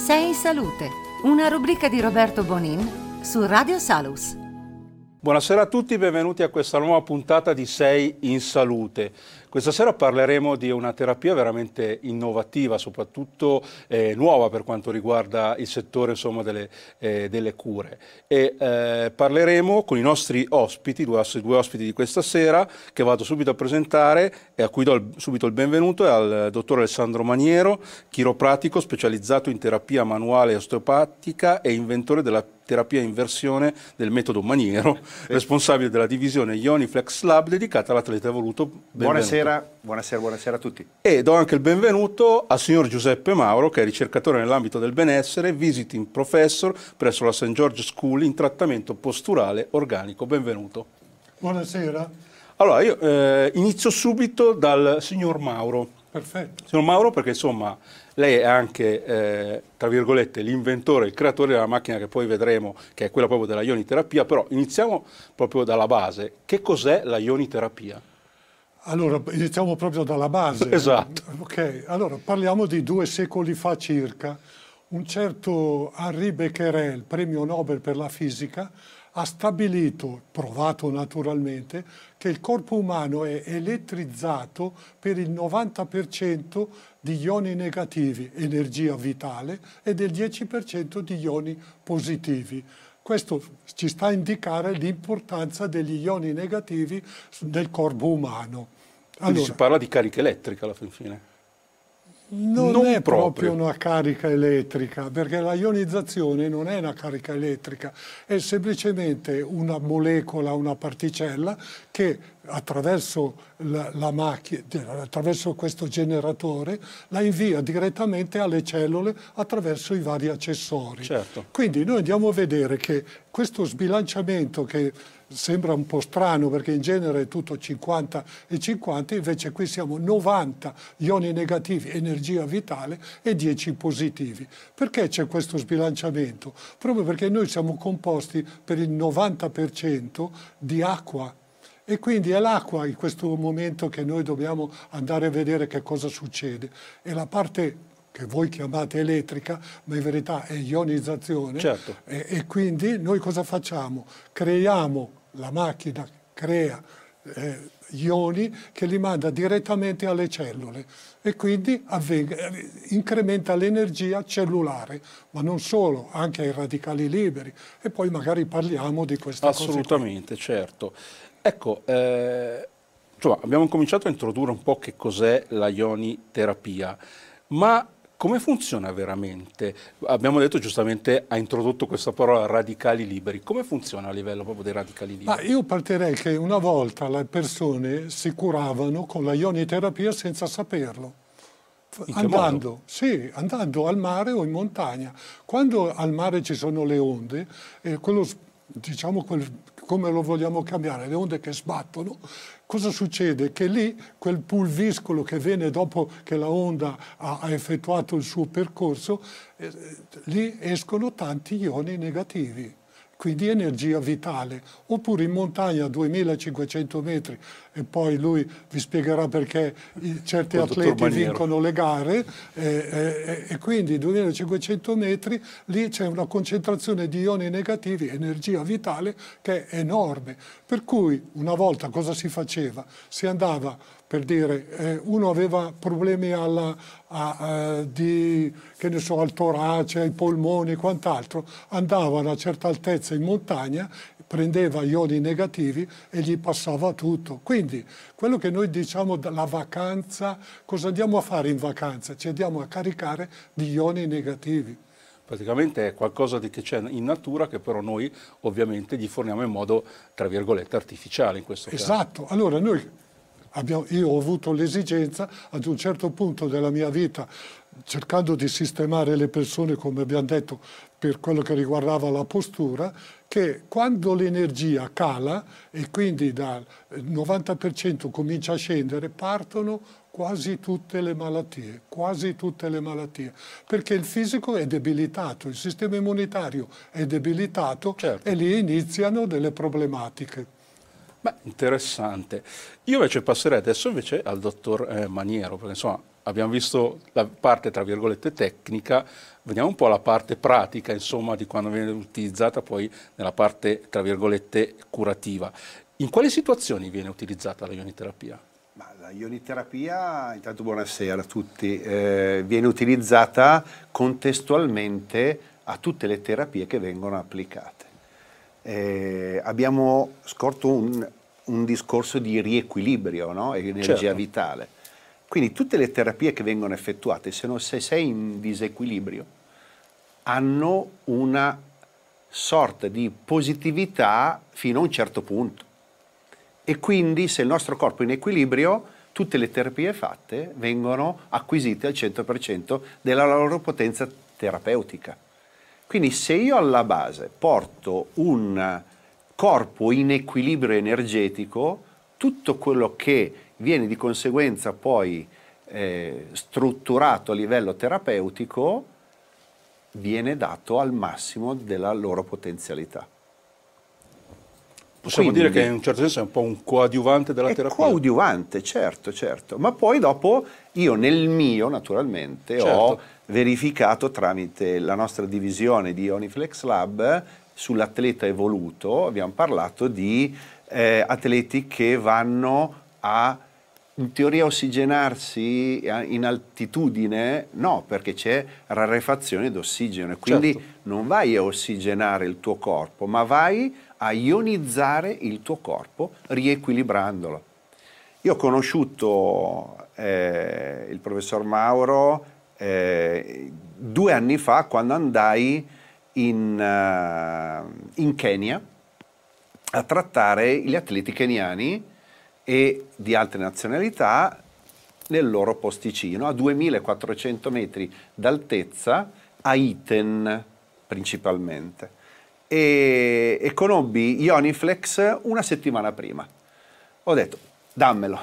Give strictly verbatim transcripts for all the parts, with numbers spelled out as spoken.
Sei in salute, una rubrica di Roberto Bonin su Radio Salus. Buonasera a tutti, benvenuti a questa nuova puntata di Sei in Salute. Questa sera parleremo di una terapia veramente innovativa, soprattutto eh, nuova per quanto riguarda il settore insomma, delle, eh, delle cure. E eh, parleremo con i nostri ospiti, due, due ospiti di questa sera, che vado subito a presentare e a cui do il, subito il benvenuto, è al dottor Alessandro Maniero, chiropratico specializzato in terapia manuale osteopatica e inventore della terapia inversione del metodo Maniero, responsabile della divisione Ioni Flex Lab dedicata all'atleta evoluto. Benvenuto. Buonasera, buonasera, buonasera a tutti. E do anche il benvenuto al signor Giuseppe Mauro, che è ricercatore nell'ambito del benessere, visiting professor presso la Saint George School in trattamento posturale organico. Benvenuto. Buonasera. Allora, io eh, inizio subito dal signor Mauro. Perfetto. Signor Mauro, perché insomma lei è anche, eh, tra virgolette, l'inventore, il creatore della macchina che poi vedremo, che è quella proprio della ioniterapia, però iniziamo proprio dalla base. Che cos'è la ioniterapia? Allora, iniziamo proprio dalla base. Esatto. Ok, allora parliamo di due secoli fa circa. Un certo Henri Becquerel, premio Nobel per la fisica, ha stabilito, provato naturalmente, che il corpo umano è elettrizzato per il novanta per cento di ioni negativi, energia vitale, e del dieci per cento di ioni positivi. Questo ci sta a indicare l'importanza degli ioni negativi nel corpo umano. Quindi Allora, si parla di carica elettrica alla fin fine. Non, Non è proprio. proprio una carica elettrica, perché la ionizzazione non è una carica elettrica, è semplicemente una molecola, una particella che attraverso la, la macchina, attraverso questo generatore, la invia direttamente alle cellule attraverso i vari accessori. Certo. Quindi noi andiamo a vedere che questo sbilanciamento, che sembra un po' strano perché in genere è tutto cinquanta e cinquanta, invece qui siamo novanta ioni negativi, energia vitale, e dieci positivi. Perché c'è questo sbilanciamento? Proprio perché noi siamo composti per il novanta per cento di acqua. E quindi è l'acqua in questo momento che noi dobbiamo andare a vedere che cosa succede. E la parte che voi chiamate elettrica, ma in verità è ionizzazione. Certo. E, e quindi noi cosa facciamo? Creiamo, la macchina crea eh, ioni che li manda direttamente alle cellule e quindi avvenga, incrementa l'energia cellulare, ma non solo, anche ai radicali liberi. E poi magari parliamo di questa cosa. Assolutamente, certo. Ecco, eh, insomma, abbiamo cominciato a introdurre un po' che cos'è la ioniterapia, ma come funziona veramente? Abbiamo detto giustamente, ha introdotto questa parola radicali liberi. Come funziona a livello proprio dei radicali liberi? Ma io partirei che una volta le persone si curavano con la ioniterapia senza saperlo. In che Andando, modo? sì, andando al mare o in montagna. Quando al mare ci sono le onde, eh, quello, diciamo quel, come lo vogliamo chiamare, le onde che sbattono, cosa succede? Che lì quel pulviscolo che viene dopo che la onda ha, ha effettuato il suo percorso, eh, lì escono tanti ioni negativi. Quindi energia vitale, oppure in montagna a duemilacinquecento metri, e poi lui vi spiegherà perché certi Col dottor atleti Maniero. vincono le gare, eh, eh, e quindi duemilacinquecento metri, lì c'è una concentrazione di ioni negativi, energia vitale, che è enorme. Per cui una volta cosa si faceva? Si andava, per dire, eh, uno aveva problemi alla, a, a, di, che ne so, al torace, ai polmoni e quant'altro, andava a una certa altezza in montagna, prendeva ioni negativi e gli passava tutto. Quindi quello che noi diciamo della vacanza, cosa andiamo a fare in vacanza? Ci andiamo a caricare di ioni negativi. Praticamente è qualcosa di che c'è in natura che però noi ovviamente gli forniamo in modo, tra virgolette, artificiale in questo caso. Esatto. Allora noi abbiamo, io ho avuto l'esigenza ad un certo punto della mia vita, cercando di sistemare le persone, come abbiamo detto, per quello che riguardava la postura, che quando l'energia cala e quindi dal novanta per cento comincia a scendere, partono quasi tutte le malattie, quasi tutte le malattie, perché il fisico è debilitato, il sistema immunitario è debilitato, certo, e lì iniziano delle problematiche. Beh, interessante. Io invece passerei adesso invece al dottor eh, Maniero, perché insomma abbiamo visto la parte tra virgolette tecnica, veniamo un po' alla parte pratica, insomma, di quando viene utilizzata poi nella parte tra virgolette curativa. In quali situazioni viene utilizzata la ioniterapia? Ma la ioniterapia, intanto buonasera a tutti, eh, viene utilizzata contestualmente a tutte le terapie che vengono applicate. Eh, abbiamo scorto un, un discorso di riequilibrio, no? Energia certo. vitale. Quindi tutte le terapie che vengono effettuate, se, non, se sei in disequilibrio, hanno una sorta di positività fino a un certo punto. E quindi se il nostro corpo è in equilibrio, tutte le terapie fatte vengono acquisite al cento per cento della loro potenza terapeutica. Quindi se io alla base porto un corpo in equilibrio energetico, tutto quello che viene di conseguenza poi eh, strutturato a livello terapeutico viene dato al massimo della loro potenzialità. Possiamo Quindi, dire che in un certo senso è un po' un coadiuvante della è terapia? coadiuvante, certo, certo. Ma poi dopo io nel mio, naturalmente, certo. ho verificato tramite la nostra divisione di Ioniflex Lab sull'atleta evoluto, abbiamo parlato di eh, atleti che vanno a in teoria ossigenarsi in altitudine, no, perché c'è rarefazione d'ossigeno e quindi certo. non vai a ossigenare il tuo corpo, ma vai a ionizzare il tuo corpo riequilibrandolo. Io ho conosciuto eh, il professor Mauro eh, due anni fa quando andai in, uh, in Kenya a trattare gli atleti keniani e di altre nazionalità nel loro posticino a duemilaquattrocento metri d'altezza a Iten principalmente e, e conobbi Ioniflex una settimana prima. Ho detto dammelo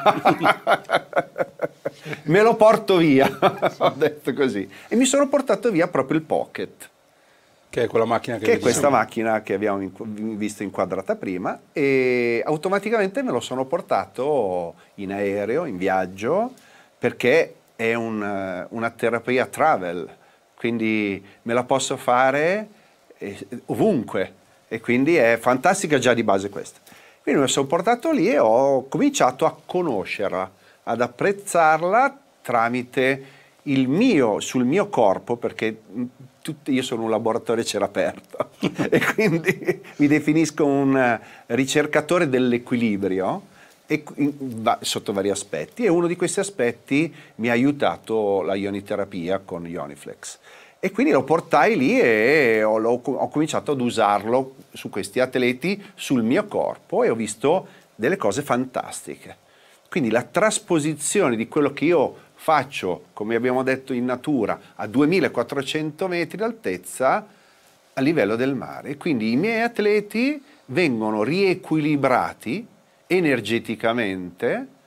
me lo porto via ho detto così e mi sono portato via proprio il Pocket, che è quella macchina che che è vediamo. questa macchina che abbiamo inqu- visto inquadrata prima, e automaticamente me lo sono portato in aereo, in viaggio, perché è un, una terapia travel, quindi me la posso fare eh, ovunque e quindi è fantastica già di base questa. Quindi me lo sono portato lì e ho cominciato a conoscerla, ad apprezzarla tramite il mio, sul mio corpo, perché tutti, io sono un laboratorio a cielo aperto e quindi mi definisco un ricercatore dell'equilibrio e, in, sotto vari aspetti, e uno di questi aspetti mi ha aiutato la ioniterapia con Ioniflex. E quindi lo portai lì e ho, ho, ho cominciato ad usarlo su questi atleti, sul mio corpo, e ho visto delle cose fantastiche. Quindi la trasposizione di quello che io faccio, come abbiamo detto in natura, a duemilaquattrocento metri d'altezza a livello del mare. E quindi i miei atleti vengono riequilibrati energeticamente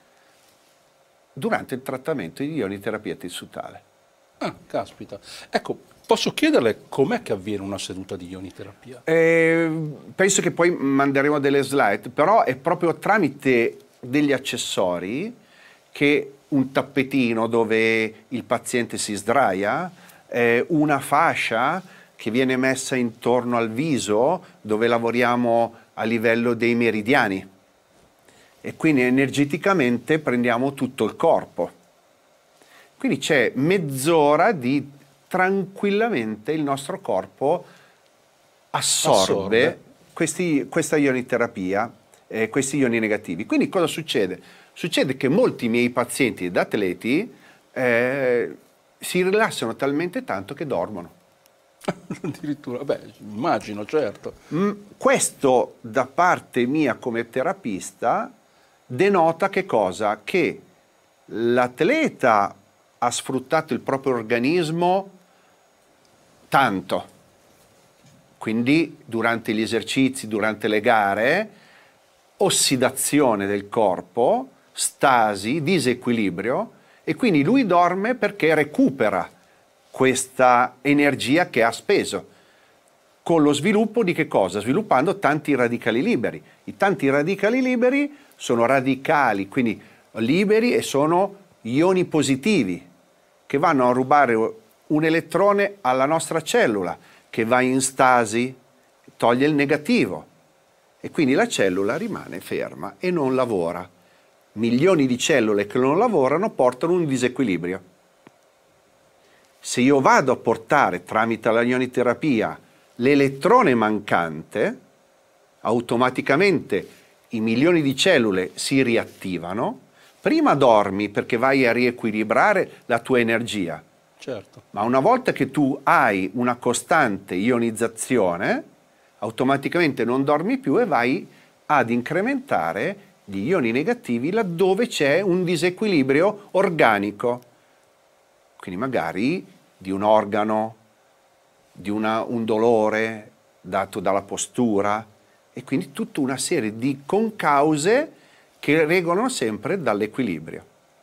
durante il trattamento di ioniterapia tessutale. Ah, caspita. Ecco, posso chiederle com'è che avviene una seduta di ioniterapia? Eh, penso che poi manderemo delle slide, però è proprio tramite degli accessori, che un tappetino dove il paziente si sdraia, eh, una fascia che viene messa intorno al viso dove lavoriamo a livello dei meridiani e quindi energeticamente prendiamo tutto il corpo. Quindi c'è mezz'ora di tranquillamente il nostro corpo assorbe, Assorbe. Questi, questa ioniterapia, eh, questi ioni negativi. Quindi cosa succede? Succede che molti miei pazienti ed atleti eh, si rilassano talmente tanto che dormono. Addirittura, beh, immagino, certo. Mm, questo da parte mia come terapista denota che cosa? Che l'atleta ha sfruttato il proprio organismo tanto, quindi durante gli esercizi, durante le gare, ossidazione del corpo, stasi, disequilibrio, e quindi lui dorme perché recupera questa energia che ha speso, con lo sviluppo di che cosa? Sviluppando tanti radicali liberi. I tanti radicali liberi sono radicali, quindi liberi, e sono ioni positivi che vanno a rubare un elettrone alla nostra cellula, che va in stasi, toglie il negativo e quindi la cellula rimane ferma e non lavora. Milioni di cellule che non lavorano portano un disequilibrio. Se io vado a portare tramite la ioniterapia l'elettrone mancante, automaticamente i milioni di cellule si riattivano. Prima dormi perché vai a riequilibrare la tua energia, certo. Ma una volta che tu hai una costante ionizzazione, automaticamente non dormi più e vai ad incrementare gli ioni negativi laddove c'è un disequilibrio organico, quindi magari di un organo, di una, un dolore dato dalla postura, e quindi tutta una serie di concause che regolano sempre dall'equilibrio.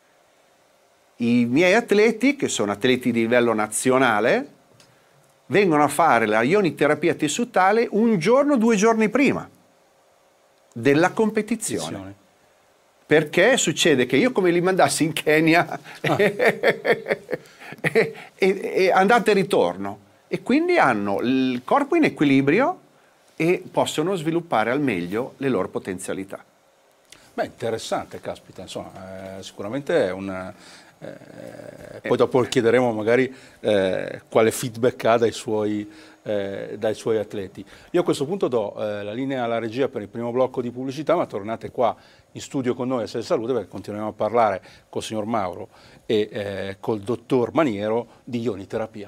I miei atleti, che sono atleti di livello nazionale, vengono a fare la ioniterapia tessutale un giorno, due giorni prima della competizione. Perché succede che io come li mandassi in Kenya ah. e, e, e andate e ritorno, e quindi hanno il corpo in equilibrio e possono sviluppare al meglio le loro potenzialità. Beh, interessante, caspita, insomma, eh, sicuramente è un... Eh, poi dopo chiederemo magari eh, quale feedback ha dai suoi, eh, dai suoi atleti. Io a questo punto do eh, la linea alla regia per il primo blocco di pubblicità, ma tornate qua in studio con noi a Sei Salute, perché continuiamo a parlare col signor Mauro e eh, col dottor Maniero di ioniterapia.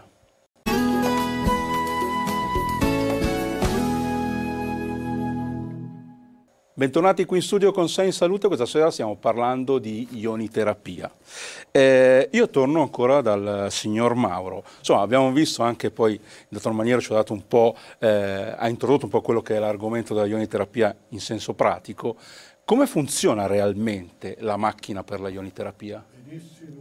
Bentornati qui in studio con Sei in Salute. Questa sera stiamo parlando di ioniterapia. Eh, io torno ancora dal signor Mauro. Insomma, abbiamo visto anche poi, il dottor Maniero ci ha dato un po', eh, ha introdotto un po' quello che è l'argomento della ioniterapia in senso pratico. Come funziona realmente la macchina per la ioniterapia? Benissimo.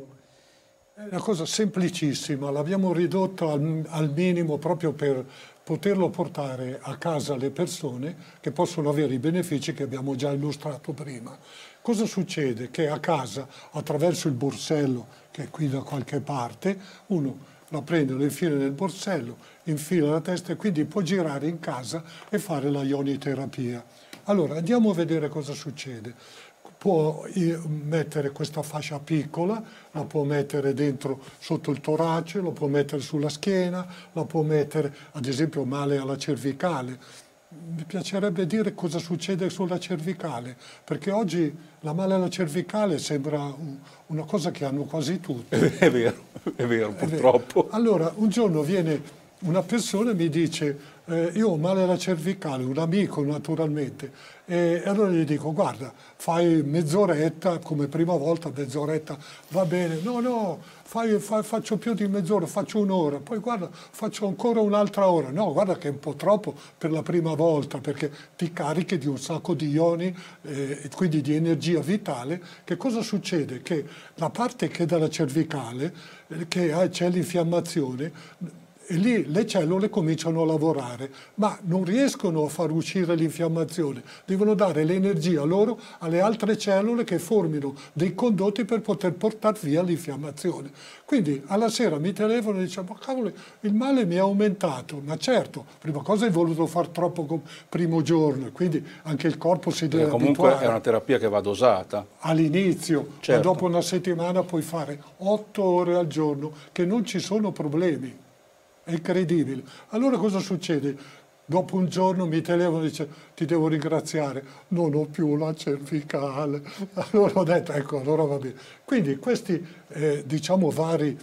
È una cosa semplicissima, l'abbiamo ridotta al, al minimo proprio per poterlo portare a casa alle persone che possono avere i benefici che abbiamo già illustrato prima. Cosa succede? Che a casa, attraverso il borsello, che è qui da qualche parte, uno la prende, lo infila nel borsello, infila la testa e quindi può girare in casa e fare la ioniterapia. Allora, andiamo a vedere cosa succede. Può mettere questa fascia piccola, la può mettere dentro sotto il torace, la può mettere sulla schiena, la può mettere, ad esempio, male alla cervicale. Mi piacerebbe dire cosa succede sulla cervicale, perché oggi la male alla cervicale sembra una cosa che hanno quasi tutti. È vero, è vero, purtroppo. È vero. Allora, un giorno viene una persona e mi dice eh, io ho male alla cervicale, un amico naturalmente, e allora gli dico guarda, fai mezz'oretta, come prima volta mezz'oretta va bene, no no, fai, fai, faccio più di mezz'ora, faccio un'ora, poi guarda faccio ancora un'altra ora, no guarda che è un po' troppo per la prima volta perché ti carichi di un sacco di ioni eh, e quindi di energia vitale. Che cosa succede? Che la parte che è dalla cervicale, eh, che c'è l'infiammazione, e lì le cellule cominciano a lavorare, ma non riescono a far uscire l'infiammazione, devono dare l'energia loro alle altre cellule che formino dei condotti per poter portare via l'infiammazione. Quindi alla sera mi telefono e dice ma cavolo, il male mi è aumentato, ma certo, prima cosa hai voluto far troppo come primo giorno, quindi anche il corpo si deve abituare. Comunque è una terapia che va dosata. All'inizio, certo. Ma dopo una settimana puoi fare otto ore al giorno che non ci sono problemi. È incredibile. Allora cosa succede? Dopo un giorno mi telefono e dice ti devo ringraziare, non ho più la cervicale. Allora ho detto ecco, allora va bene. Quindi questi eh, diciamo vari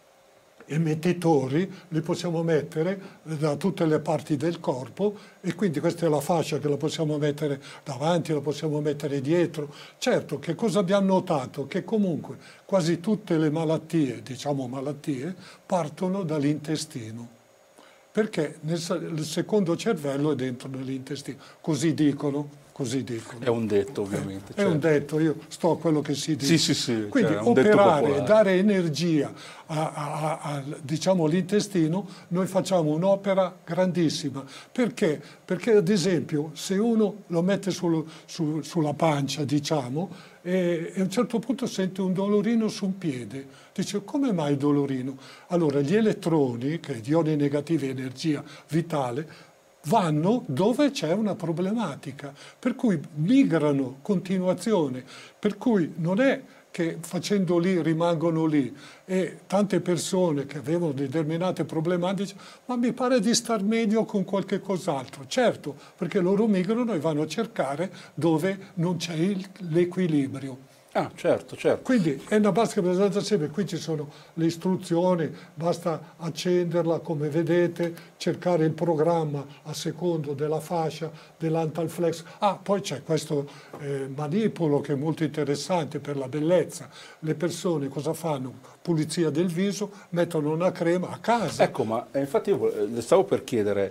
emettitori li possiamo mettere da tutte le parti del corpo e quindi questa è la fascia che la possiamo mettere davanti, la possiamo mettere dietro. Certo, che cosa abbiamo notato? Che comunque quasi tutte le malattie, diciamo malattie, partono dall'intestino, perché nel, il secondo cervello è dentro nell'intestino, così dicono. così dicono. È un detto, ovviamente. È certo. un detto, io sto a quello che si dice. Sì, sì, sì, Quindi cioè, un detto operare, popolare. dare energia a, a, a, diciamo, all'intestino, noi facciamo un'opera grandissima. Perché? Perché ad esempio se uno lo mette sul, su, sulla pancia, diciamo, e, e a un certo punto sente un dolorino su un piede, dice come mai dolorino? Allora gli elettroni, che gli ioni negativi, energia vitale, vanno dove c'è una problematica, per cui migrano continuazione, per cui non è che facendo lì rimangono lì, e tante persone che avevano determinate problematiche dicono ma mi pare di star meglio con qualche cos'altro. Certo, perché loro migrano e vanno a cercare dove non c'è l'equilibrio. Ah, certo, certo. Quindi è una basca presente assieme, qui ci sono le istruzioni, basta accenderla come vedete, cercare il programma a secondo della fascia, dell'antalflex. Ah, poi c'è questo eh, manipolo che è molto interessante per la bellezza. Le persone cosa fanno? Pulizia del viso, mettono una crema a casa. Ecco, ma eh, infatti io le stavo per chiedere,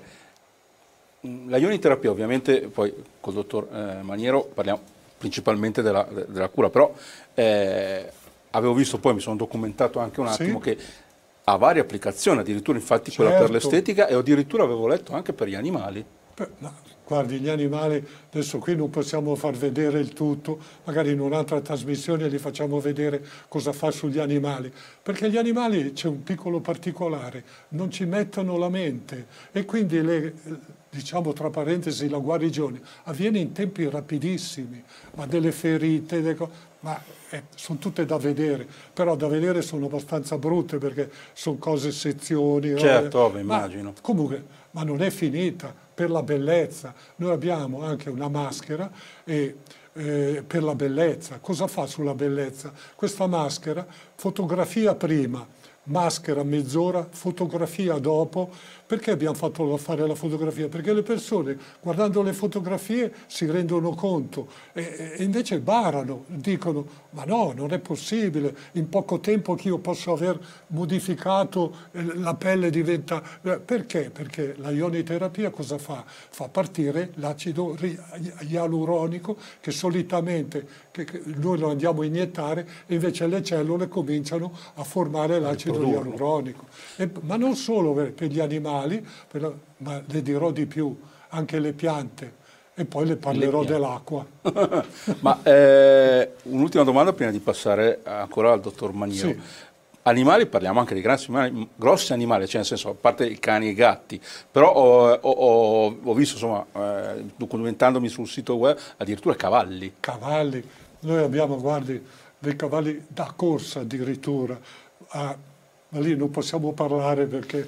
la ioniterapia ovviamente, poi col dottor eh, Maniero parliamo principalmente della, della cura, però eh, avevo visto, poi mi sono documentato anche un attimo, sì, che ha varie applicazioni, addirittura infatti certo, quella per l'estetica, e addirittura avevo letto anche per gli animali. No, guardi, gli animali, adesso qui non possiamo far vedere il tutto, magari in un'altra trasmissione li facciamo vedere cosa fa sugli animali, perché gli animali, c'è un piccolo particolare, non ci mettono la mente e quindi le, diciamo tra parentesi, la guarigione avviene in tempi rapidissimi, ma delle ferite, delle ma eh, sono tutte da vedere, però da vedere sono abbastanza brutte perché sono cose, sezioni. Certo, eh, ovvio, immagino. Ma, comunque, ma non è finita, per la bellezza. Noi abbiamo anche una maschera e, eh, per la bellezza. Cosa fa sulla bellezza? Questa maschera, fotografia prima, maschera mezz'ora, fotografia dopo. Perché abbiamo fatto fare la fotografia? Perché le persone guardando le fotografie si rendono conto e, e invece barano, dicono ma no, non è possibile, in poco tempo che io posso aver modificato, eh, la pelle diventa... Perché? Perché la ioniterapia cosa fa? Fa partire l'acido ialuronico che solitamente che, che noi lo andiamo a iniettare e invece le cellule cominciano a formare l'acido ialuronico. E, ma non solo per, per gli animali, però, ma le dirò di più, anche le piante, e poi le parlerò dell'acqua. Ma eh, un'ultima domanda prima di passare ancora al dottor Maniero. Sì. Animali, parliamo anche di grossi animali, grossi animali, cioè nel senso, a parte i cani e i gatti, però ho, ho, ho visto, insomma, eh, documentandomi sul sito web, addirittura cavalli. Cavalli, noi abbiamo, guardi, dei cavalli da corsa addirittura, a ma lì non possiamo parlare perché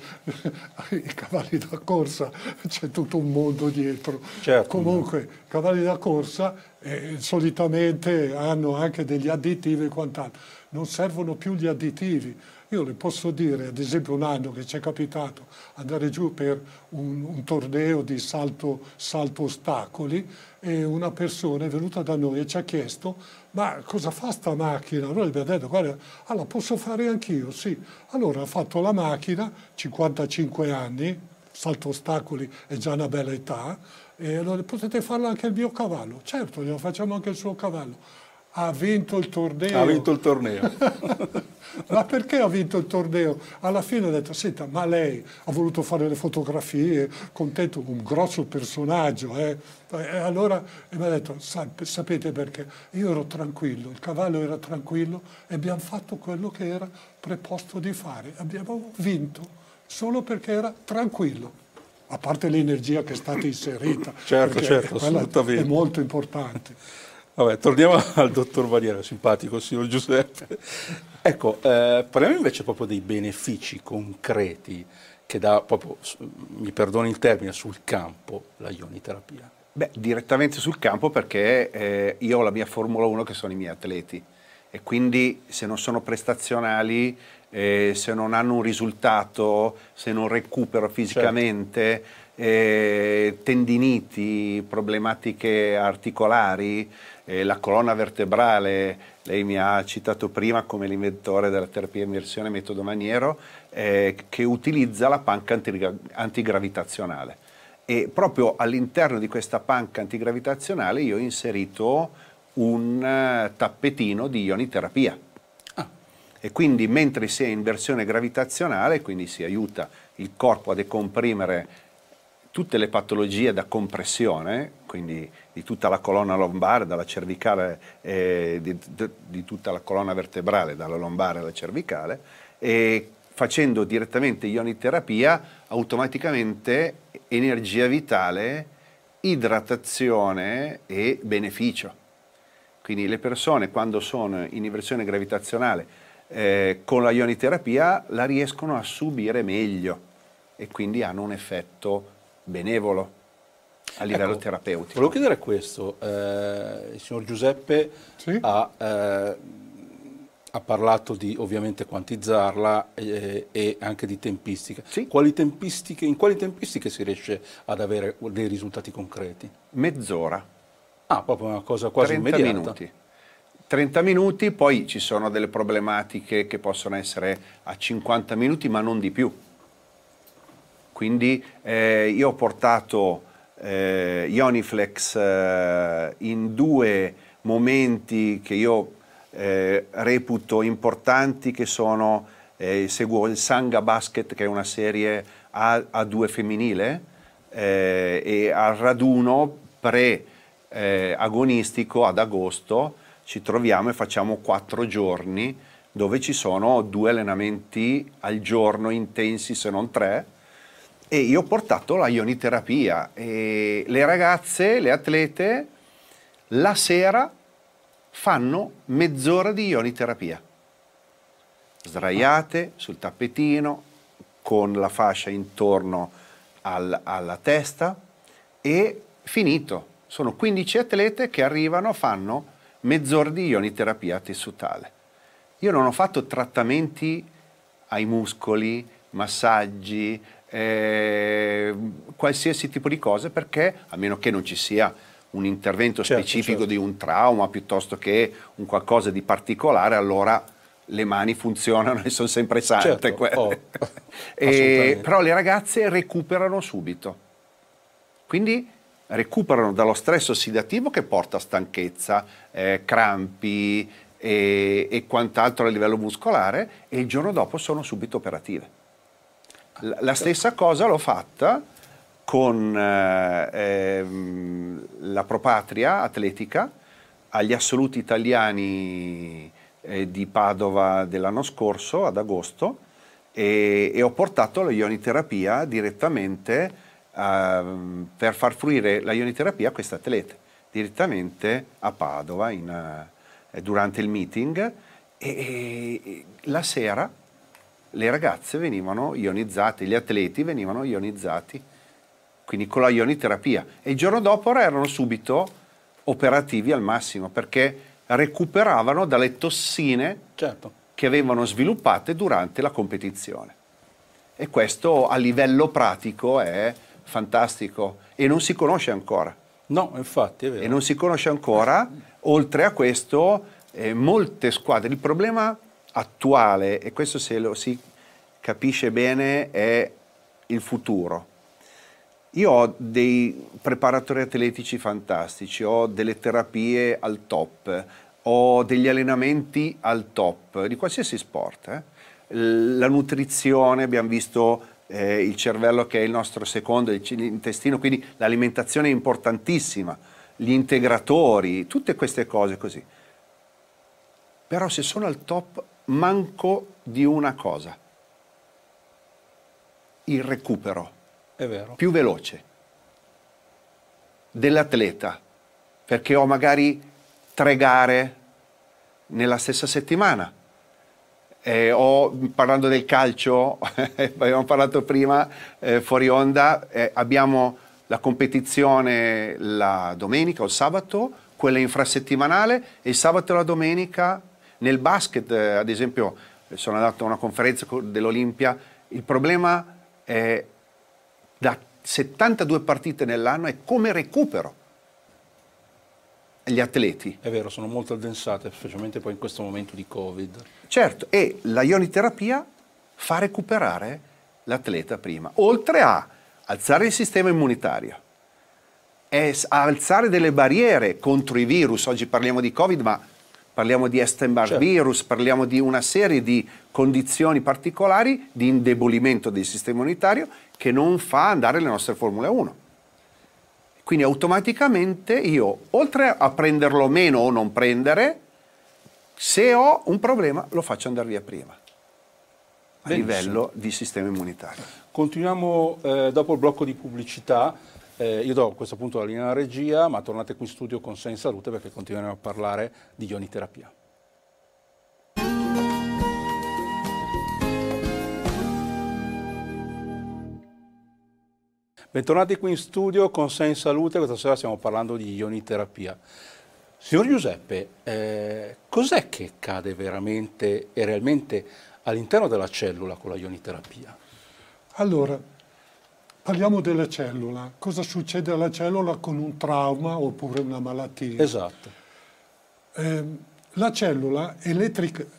i cavalli da corsa c'è tutto un mondo dietro. Certo. Comunque, i cavalli da corsa eh, solitamente hanno anche degli additivi e quant'altro. Non servono più gli additivi. Io le posso dire, ad esempio un anno che ci è capitato andare giù per un, un torneo di salto, salto ostacoli e una persona è venuta da noi e ci ha chiesto ma cosa fa sta macchina? Noi gli abbiamo detto guarda, ah, la posso fare anch'io, sì. Allora ha fatto la macchina, cinquantacinque anni, salto ostacoli è già una bella età, e allora potete farlo anche il mio cavallo. Certo, glielo facciamo anche il suo cavallo. Ha vinto il torneo. Ha vinto il torneo. Ma perché ha vinto il torneo? Alla fine ha detto, senta, ma lei ha voluto fare le fotografie, contento, un grosso personaggio. Eh? E allora e mi ha detto, sapete perché? Io ero tranquillo, il cavallo era tranquillo e abbiamo fatto quello che era preposto di fare. Abbiamo vinto solo perché era tranquillo. A parte l'energia che è stata inserita. Certo, certo, assolutamente. È molto importante. Vabbè, torniamo al dottor Maniero, simpatico, signor Giuseppe. Ecco, eh, parliamo invece proprio dei benefici concreti che dà proprio, mi perdoni il termine, sul campo la ioniterapia. Beh, direttamente sul campo perché eh, io ho la mia Formula uno che sono i miei atleti e quindi se non sono prestazionali, eh, se non hanno un risultato, se non recupero fisicamente... Certo. Eh, tendiniti, problematiche articolari, eh, la colonna vertebrale, lei mi ha citato prima come l'inventore della terapia immersione metodo Maniero, eh, che utilizza la panca antigravitazionale. E proprio all'interno di questa panca antigravitazionale io ho inserito un uh, tappetino di ioniterapia. Ah. E quindi mentre si è in versione gravitazionale, quindi si aiuta il corpo a decomprimere tutte le patologie da compressione, quindi di tutta la colonna lombare, dalla cervicale, eh, di, di tutta la colonna vertebrale, dalla lombare alla cervicale, e facendo direttamente ioniterapia, automaticamente energia vitale, idratazione e beneficio. Quindi le persone quando sono in inversione gravitazionale eh, con la ioniterapia la riescono a subire meglio e quindi hanno un effetto benevolo a livello ecco, terapeutico. Volevo chiedere questo, eh, il signor Giuseppe sì? ha, eh, ha parlato di ovviamente quantizzarla eh, e anche di tempistica. Sì? Quali tempistiche, in quali tempistiche si riesce ad avere dei risultati concreti? Mezz'ora. Ah, proprio una cosa quasi trenta immediata. Minuti. trenta minuti, poi ci sono delle problematiche che possono essere a cinquanta minuti, ma non di più. Quindi eh, io ho portato eh, Ioniflex eh, in due momenti che io eh, reputo importanti, che sono, eh, seguo il Sangha Basket, che è una serie A due femminile, eh, e al raduno pre eh, agonistico ad agosto ci troviamo e facciamo quattro giorni dove ci sono due allenamenti al giorno intensi, se non tre. E io ho portato la ioniterapia e le ragazze, le atlete, la sera fanno mezz'ora di ioniterapia. Sdraiate sul tappetino, con la fascia intorno al, alla testa e finito. Sono quindici atlete che arrivano, fanno mezz'ora di ioniterapia tessutale. Io non ho fatto trattamenti ai muscoli, massaggi, Eh, qualsiasi tipo di cose, perché a meno che non ci sia un intervento certo, specifico certo. di un trauma piuttosto che un qualcosa di particolare, allora le mani funzionano e sono sempre sante. Certo. Oh, e, però le ragazze recuperano subito, quindi recuperano dallo stress ossidativo che porta a stanchezza, eh, crampi e, e quant'altro a livello muscolare, e il giorno dopo sono subito operative. La stessa cosa l'ho fatta con eh, ehm, la Propatria atletica agli assoluti italiani eh, di Padova dell'anno scorso, ad agosto, e, e ho portato la ioniterapia direttamente eh, per far fruire la ioniterapia a queste atlete, direttamente a Padova in, eh, durante il meeting, e, e la sera le ragazze venivano ionizzate, gli atleti venivano ionizzati, quindi con la ioniterapia, e il giorno dopo erano subito operativi al massimo, perché recuperavano dalle tossine certo. che avevano sviluppate durante la competizione. E questo a livello pratico è fantastico e non si conosce ancora. No, infatti è vero. E non si conosce ancora. Oltre a questo, eh, molte squadre, il problema attuale, e questo se lo si capisce bene, è il futuro. Io ho dei preparatori atletici fantastici, ho delle terapie al top, ho degli allenamenti al top di qualsiasi sport. Eh. La nutrizione, abbiamo visto eh, il cervello che è il nostro secondo, l'intestino, quindi l'alimentazione è importantissima, gli integratori, tutte queste cose così. Però se sono al top manco di una cosa: il recupero. È vero. Più veloce dell'atleta, perché ho magari tre gare nella stessa settimana. Eh, ho, parlando del calcio, abbiamo parlato prima eh, fuori onda, eh, abbiamo la competizione la domenica o il sabato, quella infrasettimanale, e il sabato e la domenica. Nel basket, eh, ad esempio, sono andato a una conferenza dell'Olimpia, il problema è da settantadue partite nell'anno è come recupero gli atleti. È vero, sono molto addensate, specialmente poi in questo momento di Covid. Certo, e la ioniterapia fa recuperare l'atleta prima, oltre a alzare il sistema immunitario, è alzare delle barriere contro i virus. Oggi parliamo di Covid, ma parliamo di Epstein-Barr certo. virus, parliamo di una serie di condizioni particolari di indebolimento del sistema immunitario che non fa andare le nostre Formula uno. Quindi automaticamente io, oltre a prenderlo meno o non prendere, se ho un problema lo faccio andare via prima, a Benissimo. livello di sistema immunitario. Continuiamo eh, dopo il blocco di pubblicità. Eh, io do a questo punto la linea alla regia, ma tornate qui in studio con Sei in Salute perché continueremo a parlare di ioniterapia. Bentornati qui in studio con Sei in Salute, questa sera stiamo parlando di ioniterapia. Signor Giuseppe, eh, cos'è che cade veramente e realmente all'interno della cellula con la ioniterapia? Allora, parliamo della cellula. Cosa succede alla cellula con un trauma oppure una malattia? Esatto. Eh, la cellula elettrica,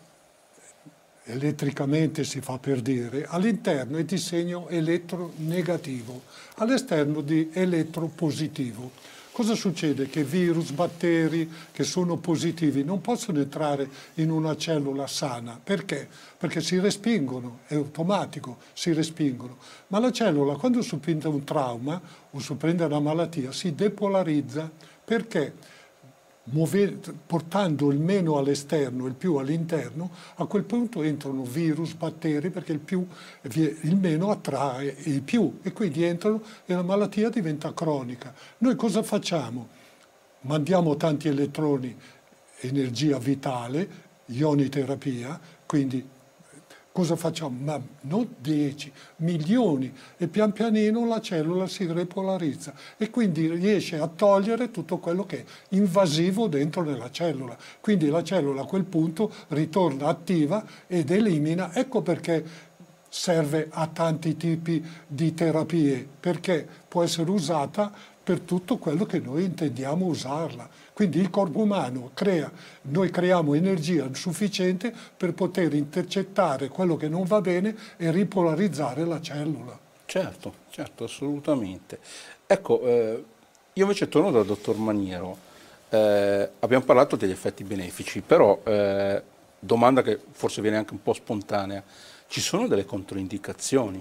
elettricamente si fa per dire, all'interno è di segno elettronegativo, all'esterno di elettropositivo. Cosa succede? Che virus, batteri che sono positivi non possono entrare in una cellula sana. Perché? Perché si respingono, è automatico, si respingono. Ma la cellula, quando subisce un trauma o subisce una malattia, si depolarizza. Perché? Muove, portando il meno all'esterno e il più all'interno, a quel punto entrano virus, batteri, perché il, più, il meno attrae il più e quindi entrano e la malattia diventa cronica. Noi cosa facciamo? Mandiamo tanti elettroni, energia vitale, ioniterapia, quindi cosa facciamo? Ma non dieci, milioni, e pian pianino la cellula si repolarizza e quindi riesce a togliere tutto quello che è invasivo dentro nella cellula. Quindi la cellula a quel punto ritorna attiva ed elimina. Ecco perché serve a tanti tipi di terapie, perché può essere usata per tutto quello che noi intendiamo usarla. Quindi il corpo umano crea, noi creiamo energia sufficiente per poter intercettare quello che non va bene e ripolarizzare la cellula. Certo, certo, assolutamente. Ecco, eh, io invece torno dal dottor Maniero. Eh, abbiamo parlato degli effetti benefici, però eh, domanda che forse viene anche un po' spontanea, ci sono delle controindicazioni?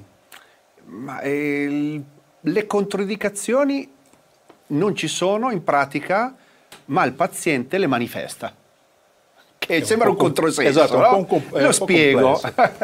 Ma eh, le controindicazioni non ci sono in pratica, ma il paziente le manifesta, che è sembra un, un controsenso, esatto, no? un po' un, Lo un spiego,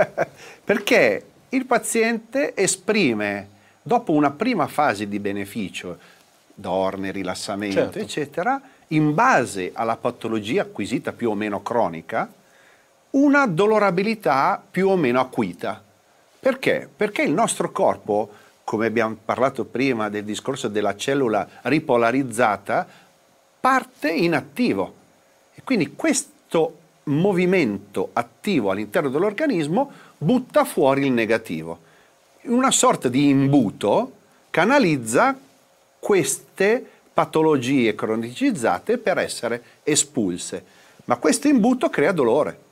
perché il paziente esprime, dopo una prima fase di beneficio, dorme, rilassamento, certo. eccetera, in base alla patologia acquisita più o meno cronica, una dolorabilità più o meno acuita. Perché? Perché il nostro corpo, come abbiamo parlato prima del discorso della cellula ripolarizzata, parte in attivo. E quindi questo movimento attivo all'interno dell'organismo butta fuori il negativo. Una sorta di imbuto canalizza queste patologie cronicizzate per essere espulse. Ma questo imbuto crea dolore.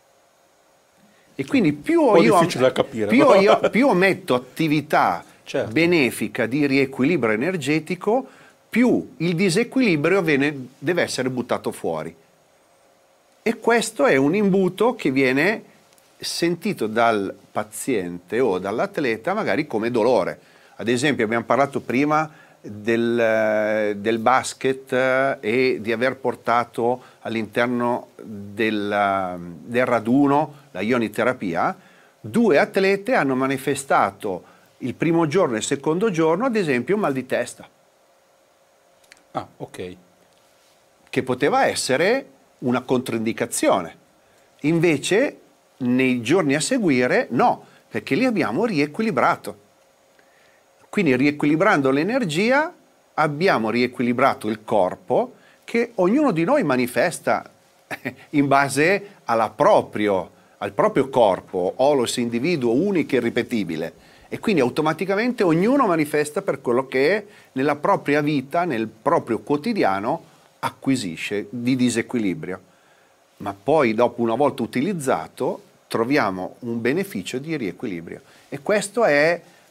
E quindi più io, difficile da capire, più, no? io, più metto attività certo. benefica di riequilibrio energetico, più il disequilibrio viene, deve essere buttato fuori. E questo è un imbuto che viene sentito dal paziente o dall'atleta magari come dolore. Ad esempio abbiamo parlato prima del, del basket e di aver portato all'interno del, del raduno la ioniterapia. Due atlete hanno manifestato il primo giorno e il secondo giorno, ad esempio, un mal di testa. Ah, ok. Che poteva essere una controindicazione. Invece, nei giorni a seguire, no, perché li abbiamo riequilibrato. Quindi, riequilibrando l'energia, abbiamo riequilibrato il corpo, che ognuno di noi manifesta in base alla proprio, al proprio corpo, holos individuo unico e irripetibile. E quindi automaticamente ognuno manifesta per quello che nella propria vita, nel proprio quotidiano, acquisisce di disequilibrio. Ma poi dopo, una volta utilizzato, troviamo un beneficio di riequilibrio. E questo è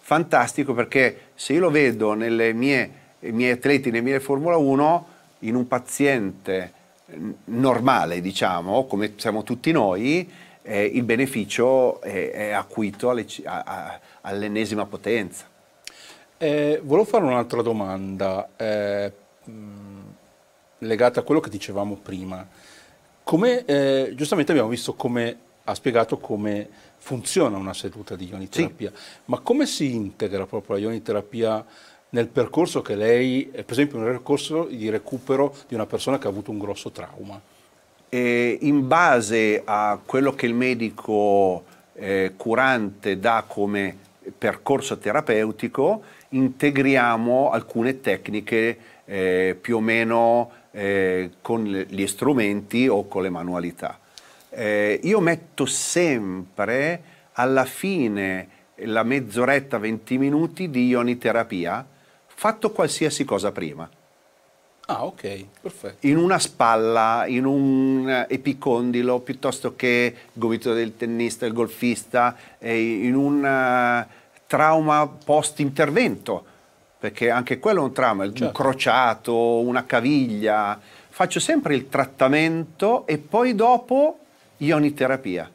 fantastico, perché se io lo vedo nelle mie, nei miei atleti, nelle mie Formula uno, in un paziente normale, diciamo, come siamo tutti noi, eh, il beneficio è, è acuito alle, a, a, all'ennesima potenza. Eh, volevo fare un'altra domanda eh, mh, legata a quello che dicevamo prima. Come, eh, giustamente abbiamo visto come ha spiegato come funziona una seduta di ioniterapia, sì. Ma come si integra proprio la ioniterapia nel percorso che lei, per esempio nel percorso di recupero di una persona che ha avuto un grosso trauma? E in base a quello che il medico eh, curante dà come percorso terapeutico, integriamo alcune tecniche eh, più o meno eh, con gli strumenti o con le manualità. Eh, io metto sempre alla fine la mezz'oretta, venti minuti di ioniterapia, fatto qualsiasi cosa prima. Ah, ok, perfetto. In una spalla, in un epicondilo, piuttosto che il gomito del tennista, il golfista, eh, in un uh, trauma post-intervento, perché anche quello è un trauma, certo. Un crociato, una caviglia. Faccio sempre il trattamento e poi dopo ioniterapia,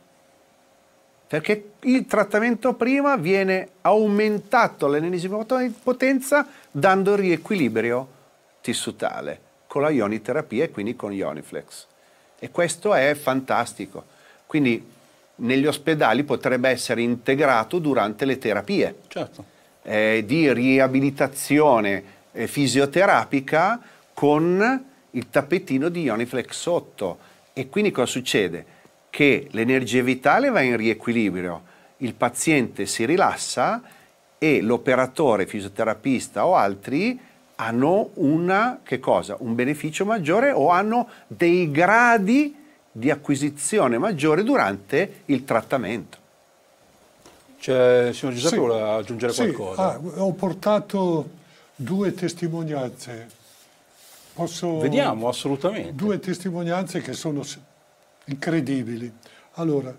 perché il trattamento prima viene aumentato all'ennesima potenza dando riequilibrio tissutale con la ioniterapia e quindi con Ioniflex, e questo è fantastico. Quindi negli ospedali potrebbe essere integrato durante le terapie, certo. eh, di riabilitazione eh, fisioterapica con il tappetino di Ioniflex sotto. E quindi cosa succede? Che l'energia vitale va in riequilibrio, il paziente si rilassa e l'operatore, fisioterapista o altri hanno una, che cosa? Un beneficio maggiore, o hanno dei gradi di acquisizione maggiore durante il trattamento. Cioè, signor Giuseppe, sì, vuole aggiungere sì, qualcosa? Ah, ho portato due testimonianze. Posso... Vediamo, assolutamente. Due testimonianze che sono incredibili. Allora,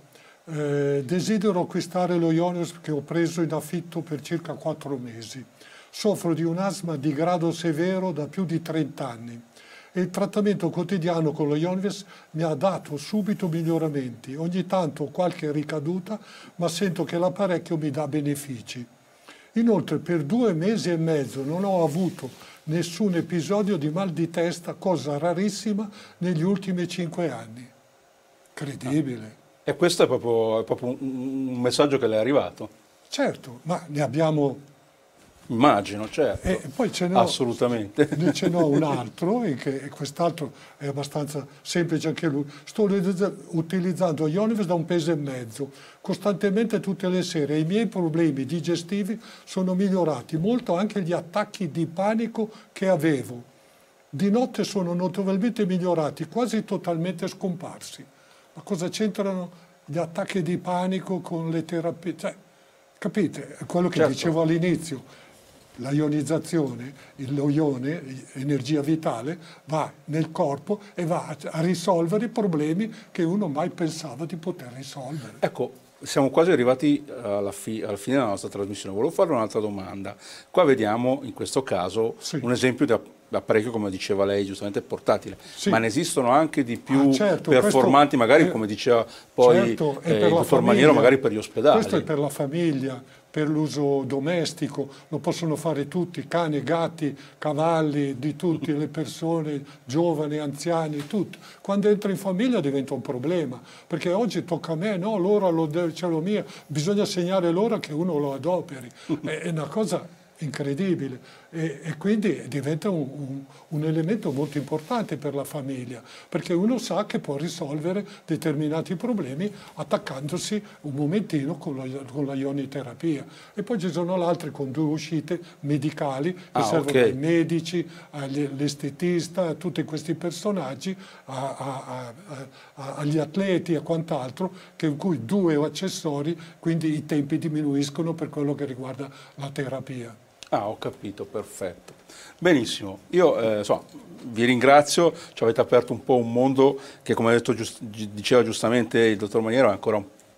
eh, desidero acquistare lo Ioniflex che ho preso in affitto per circa quattro mesi. Soffro di un asma di grado severo da più di trenta anni e il trattamento quotidiano con lo Ioniflex mi ha dato subito miglioramenti. Ogni tanto qualche ricaduta, ma sento che l'apparecchio mi dà benefici. Inoltre per due mesi e mezzo non ho avuto nessun episodio di mal di testa, cosa rarissima negli ultimi cinque anni. Incredibile. E questo è proprio, è proprio un, un messaggio che le è arrivato? Certo, ma ne abbiamo... Immagino, certo. E poi ce n'ho, assolutamente. Ce n'ho un altro, e, che, e quest'altro è abbastanza semplice anche lui. Sto utilizzando Ioniflex da un mese e mezzo, costantemente tutte le sere. I miei problemi digestivi sono migliorati, molto anche gli attacchi di panico che avevo. Di notte sono notevolmente migliorati, quasi totalmente scomparsi. Ma cosa c'entrano gli attacchi di panico con le terapie? Cioè, capite? È quello che certo. dicevo all'inizio. La ionizzazione, lo ione, energia vitale, va nel corpo e va a risolvere i problemi che uno mai pensava di poter risolvere. Ecco, siamo quasi arrivati alla, fi alla fine della nostra trasmissione. Volevo fare un'altra domanda. Qua vediamo, in questo caso, sì. un esempio di apparecchio, come diceva lei, giustamente portatile. Sì. Ma ne esistono anche di più ah, certo, performanti, magari, è, come diceva poi certo, eh, il dottor Maniero, magari per gli ospedali. Questo è per la famiglia, per l'uso domestico, lo possono fare tutti, cani, gatti, cavalli, di tutte le persone, giovani, anziani, tutti. Quando entra in famiglia diventa un problema, perché oggi tocca a me, no, l'ora ce l'ho mia, bisogna segnare l'ora che uno lo adoperi. È una cosa incredibile e, e quindi diventa un, un, un elemento molto importante per la famiglia, perché uno sa che può risolvere determinati problemi attaccandosi un momentino con, lo, con la ioniterapia. E poi ci sono le altre con due uscite medicali che ah, servono okay. ai medici, all'estetista, a tutti questi personaggi, a, a, a, a, agli atleti e quant'altro, in cui due accessori, quindi i tempi diminuiscono per quello che riguarda la terapia. Ah, ho capito, perfetto. Benissimo, io eh, so, vi ringrazio, ci avete aperto un po' un mondo che, come ha detto giust diceva giustamente il dottor Maniero, è ancora un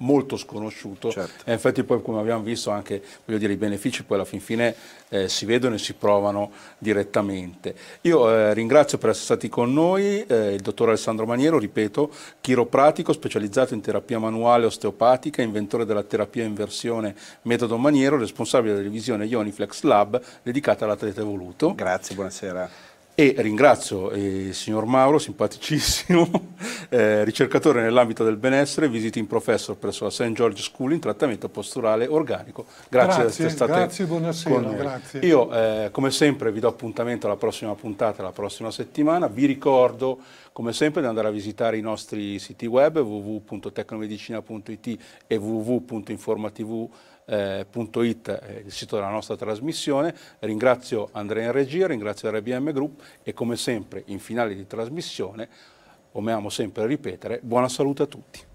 molto sconosciuto, certo. e infatti poi, come abbiamo visto, anche voglio dire, i benefici poi alla fin fine eh, si vedono e si provano direttamente. Io eh, ringrazio per essere stati con noi eh, il dottor Alessandro Maniero, ripeto, chiropratico specializzato in terapia manuale osteopatica, inventore della terapia in versione metodo Maniero, responsabile della divisione Ioniflex Lab dedicata all'atleta evoluto. Grazie, buonasera. E ringrazio eh, il signor Mauro, simpaticissimo, eh, ricercatore nell'ambito del benessere, visiting professor presso la Saint George School in trattamento posturale organico. Grazie, Grazie, di essere state grazie, buonasera, con noi. grazie. Io, eh, come sempre, vi do appuntamento alla prossima puntata, la prossima settimana. Vi ricordo, come sempre, di andare a visitare i nostri siti web w w w punto tecnomedicina punto i t e w w w punto informativ punto it, eh, il sito della nostra trasmissione. Ringrazio Andrea in regia, ringrazio R B M Group e, come sempre, in finale di trasmissione, come amo sempre ripetere, buona salute a tutti.